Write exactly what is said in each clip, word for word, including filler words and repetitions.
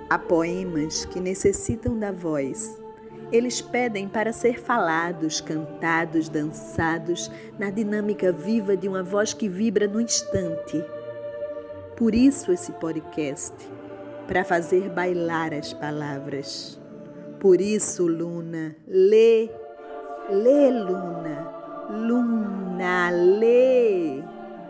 Há poemas que necessitam da voz. Eles pedem para ser falados, cantados, dançados, na dinâmica viva de uma voz que vibra no instante. Por isso esse podcast, para fazer bailar as palavras. Por isso, Luna, lê, lê, Luna, Luna, lê.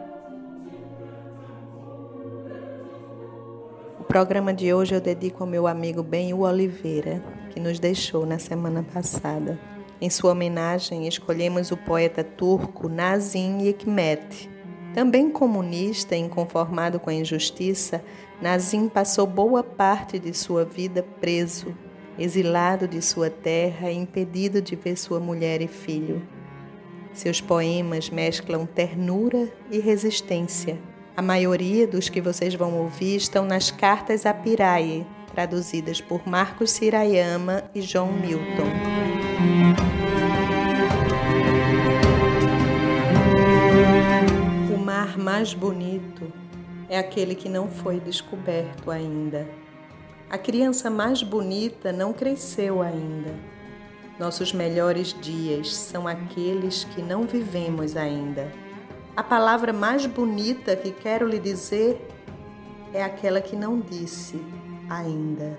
O programa de hoje eu dedico ao meu amigo Benhu Oliveira, que nos deixou na semana passada. Em sua homenagem, escolhemos o poeta turco Nazım Hikmet. Também comunista e inconformado com a injustiça, Nazım passou boa parte de sua vida preso, exilado de sua terra e impedido de ver sua mulher e filho. Seus poemas mesclam ternura e resistência. A maioria dos que vocês vão ouvir estão nas Cartas a Piraye, traduzidas por Marcos Sirayama e John Milton. O mar mais bonito é aquele que não foi descoberto ainda. A criança mais bonita não cresceu ainda. Nossos melhores dias são aqueles que não vivemos ainda. A palavra mais bonita que quero lhe dizer é aquela que não disse ainda.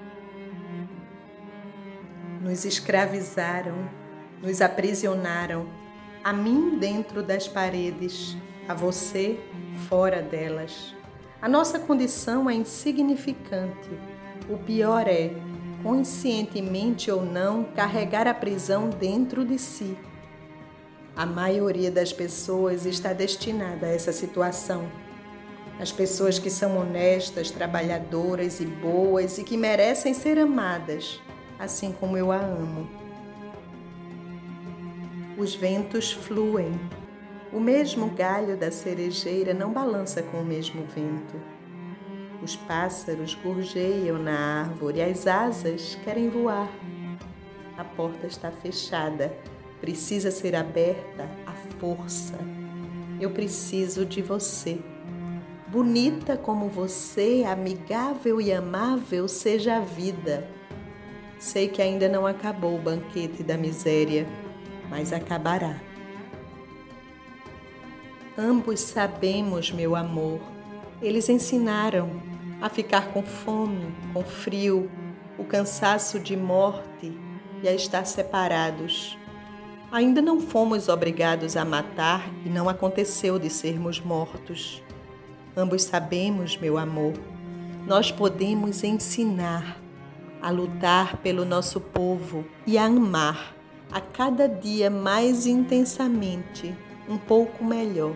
Nos escravizaram, nos aprisionaram, a mim dentro das paredes, a você fora delas. A nossa condição é insignificante. O pior é, conscientemente ou não, carregar a prisão dentro de si. A maioria das pessoas está destinada a essa situação. As pessoas que são honestas, trabalhadoras e boas e que merecem ser amadas, assim como eu a amo. Os ventos fluem. O mesmo galho da cerejeira não balança com o mesmo vento. Os pássaros gorjeiam na árvore, as asas querem voar. A porta está fechada. Precisa ser aberta à força. Eu preciso de você. Bonita como você, amigável e amável seja a vida. Sei que ainda não acabou o banquete da miséria, mas acabará. Ambos sabemos, meu amor. Eles ensinaram a ficar com fome, com frio, o cansaço de morte e a estar separados. Ainda não fomos obrigados a matar e não aconteceu de sermos mortos. Ambos sabemos, meu amor, nós podemos ensinar a lutar pelo nosso povo e a amar a cada dia mais intensamente, um pouco melhor.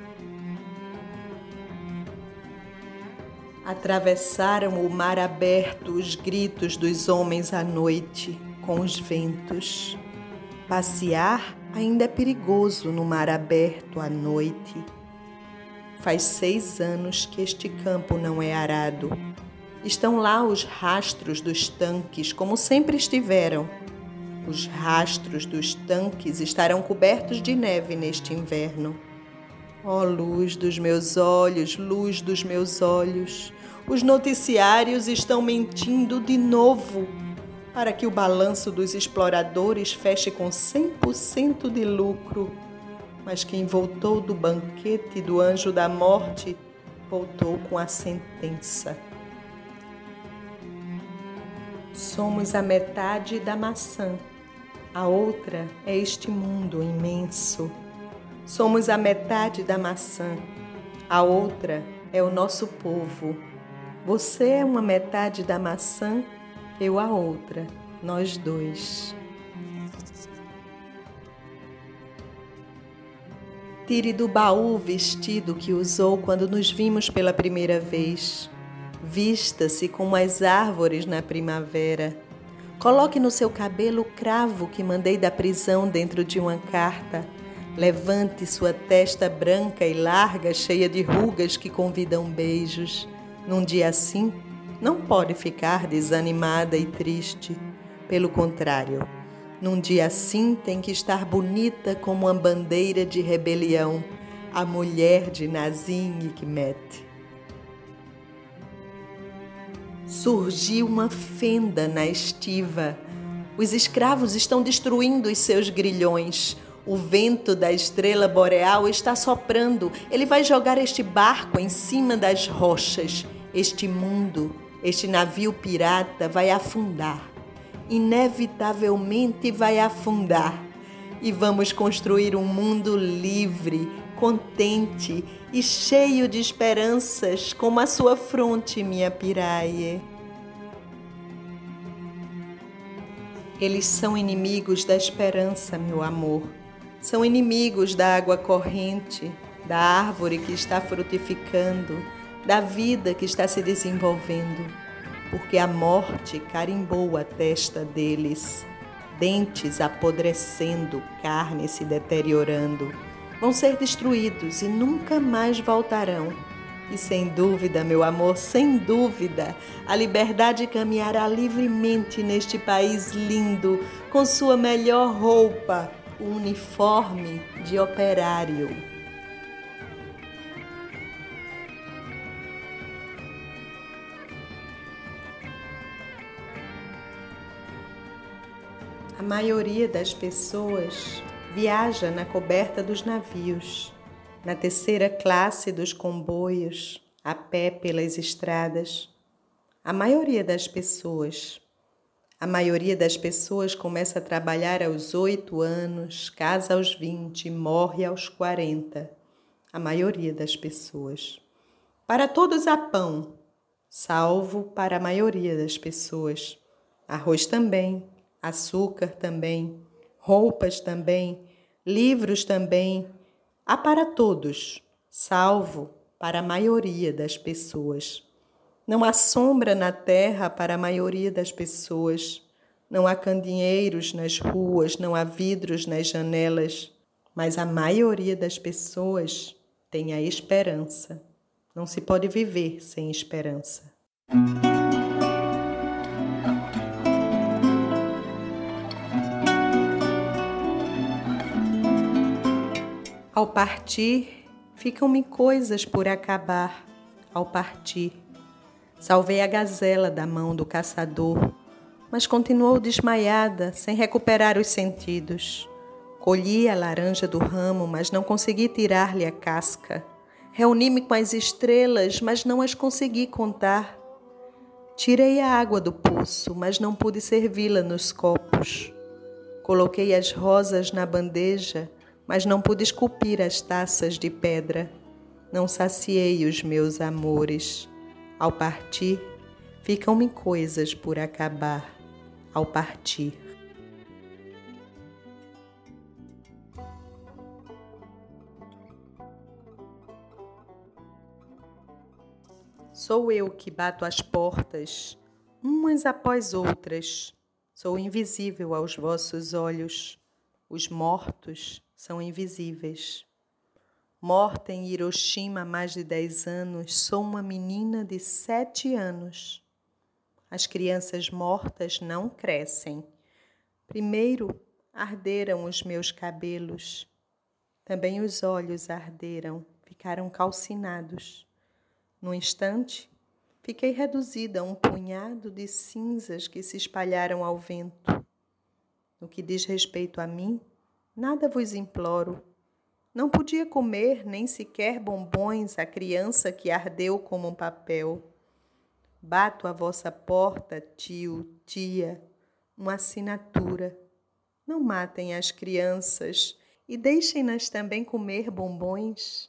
Atravessaram o mar aberto os gritos dos homens à noite com os ventos. Passear ainda é perigoso no mar aberto à noite. Faz seis anos que este campo não é arado. Estão lá os rastros dos tanques, como sempre estiveram. Os rastros dos tanques estarão cobertos de neve neste inverno. Ó luz dos meus olhos, luz dos meus olhos, os noticiários estão mentindo de novo, para que o balanço dos exploradores feche com cem por cento de lucro. Mas quem voltou do banquete do anjo da morte, voltou com a sentença. Somos a metade da maçã, a outra é este mundo imenso. Somos a metade da maçã, a outra é o nosso povo. Você é uma metade da maçã, eu a outra, nós dois. Tire do baú o vestido que usou quando nos vimos pela primeira vez. Vista-se como as árvores na primavera. Coloque no seu cabelo o cravo que mandei da prisão dentro de uma carta. Levante sua testa branca e larga, cheia de rugas que convidam beijos. Num dia assim, não pode ficar desanimada e triste. Pelo contrário, num dia assim tem que estar bonita como uma bandeira de rebelião, a mulher de Nazım Hikmet. Surgiu uma fenda na estiva. Os escravos estão destruindo os seus grilhões. O vento da estrela boreal está soprando. Ele vai jogar este barco em cima das rochas. Este mundo, este navio pirata vai afundar. Inevitavelmente vai afundar. E vamos construir um mundo livre, contente e cheio de esperanças, como a sua fronte, minha piraie. Eles são inimigos da esperança, meu amor. São inimigos da água corrente, da árvore que está frutificando, da vida que está se desenvolvendo, porque a morte carimbou a testa deles. Dentes apodrecendo, carne se deteriorando. Vão ser destruídos e nunca mais voltarão. E sem dúvida, meu amor, sem dúvida, a liberdade caminhará livremente neste país lindo, com sua melhor roupa, o uniforme de operário. A maioria das pessoas viaja na coberta dos navios, na terceira classe dos comboios, a pé pelas estradas. A maioria das pessoas. A maioria das pessoas começa a trabalhar aos oito anos, casa aos vinte, morre aos quarenta. A maioria das pessoas. Para todos há pão, salvo para a maioria das pessoas. Arroz também, açúcar também, roupas também, livros também. Há para todos, salvo para a maioria das pessoas. Não há sombra na terra para a maioria das pessoas. Não há candeeiros nas ruas, não há vidros nas janelas. Mas a maioria das pessoas tem a esperança. Não se pode viver sem esperança. Ao partir, ficam-me coisas por acabar. Ao partir, salvei a gazela da mão do caçador, mas continuou desmaiada, sem recuperar os sentidos. Colhi a laranja do ramo, mas não consegui tirar-lhe a casca. Reuni-me com as estrelas, mas não as consegui contar. Tirei a água do poço, mas não pude servi-la nos copos. Coloquei as rosas na bandeja, mas não pude esculpir as taças de pedra. Não saciei os meus amores. Ao partir, ficam-me coisas por acabar. Ao partir. Sou eu que bato as portas, umas após outras. Sou invisível aos vossos olhos. Os mortos são invisíveis. Morta em Hiroshima há mais de dez anos, sou uma menina de sete anos. As crianças mortas não crescem. Primeiro arderam os meus cabelos. Também os olhos arderam, ficaram calcinados. Num instante, fiquei reduzida a um punhado de cinzas que se espalharam ao vento. No que diz respeito a mim, nada vos imploro. Não podia comer nem sequer bombons a criança que ardeu como um papel. Bato à vossa porta, tio, tia, uma assinatura. Não matem as crianças e deixem-nas também comer bombons.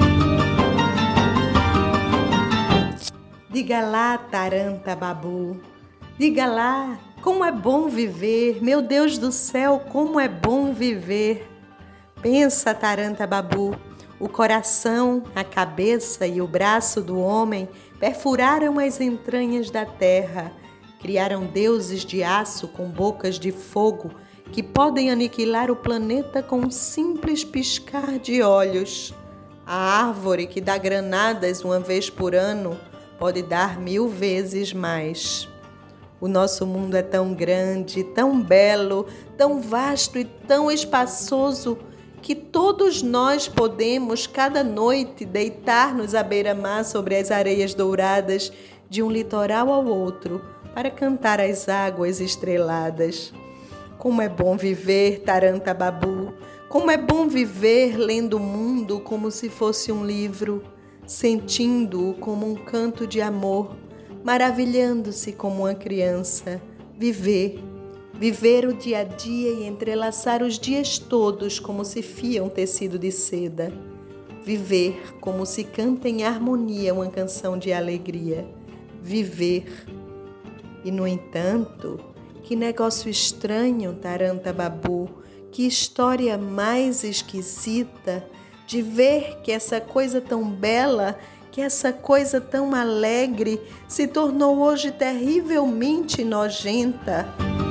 Diga lá, Taranta Babu, diga lá, como é bom viver, meu Deus do céu, como é bom viver. Pensa, Taranta Babu, o coração, a cabeça e o braço do homem perfuraram as entranhas da terra, criaram deuses de aço com bocas de fogo que podem aniquilar o planeta com um simples piscar de olhos. A árvore que dá granadas uma vez por ano pode dar mil vezes mais. O nosso mundo é tão grande, tão belo, tão vasto e tão espaçoso que todos nós podemos, cada noite, deitar-nos à beira-mar sobre as areias douradas de um litoral ao outro, para cantar as águas estreladas. Como é bom viver, Tarantababu, como é bom viver lendo o mundo como se fosse um livro, sentindo-o como um canto de amor, maravilhando-se como uma criança. Viver, viver o dia a dia e entrelaçar os dias todos como se fia um tecido de seda. Viver como se canta em harmonia uma canção de alegria. Viver. E, no entanto, que negócio estranho, Tarantababu, que história mais esquisita de ver que essa coisa tão bela, que essa coisa tão alegre se tornou hoje terrivelmente nojenta.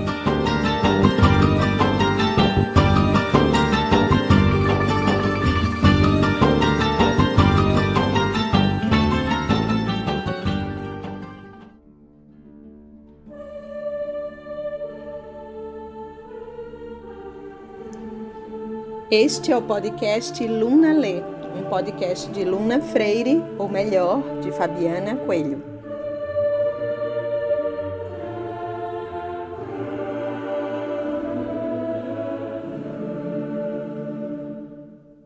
Este é o podcast Luna Lê, um podcast de Luna Freire, ou melhor, de Fabiana Coelho.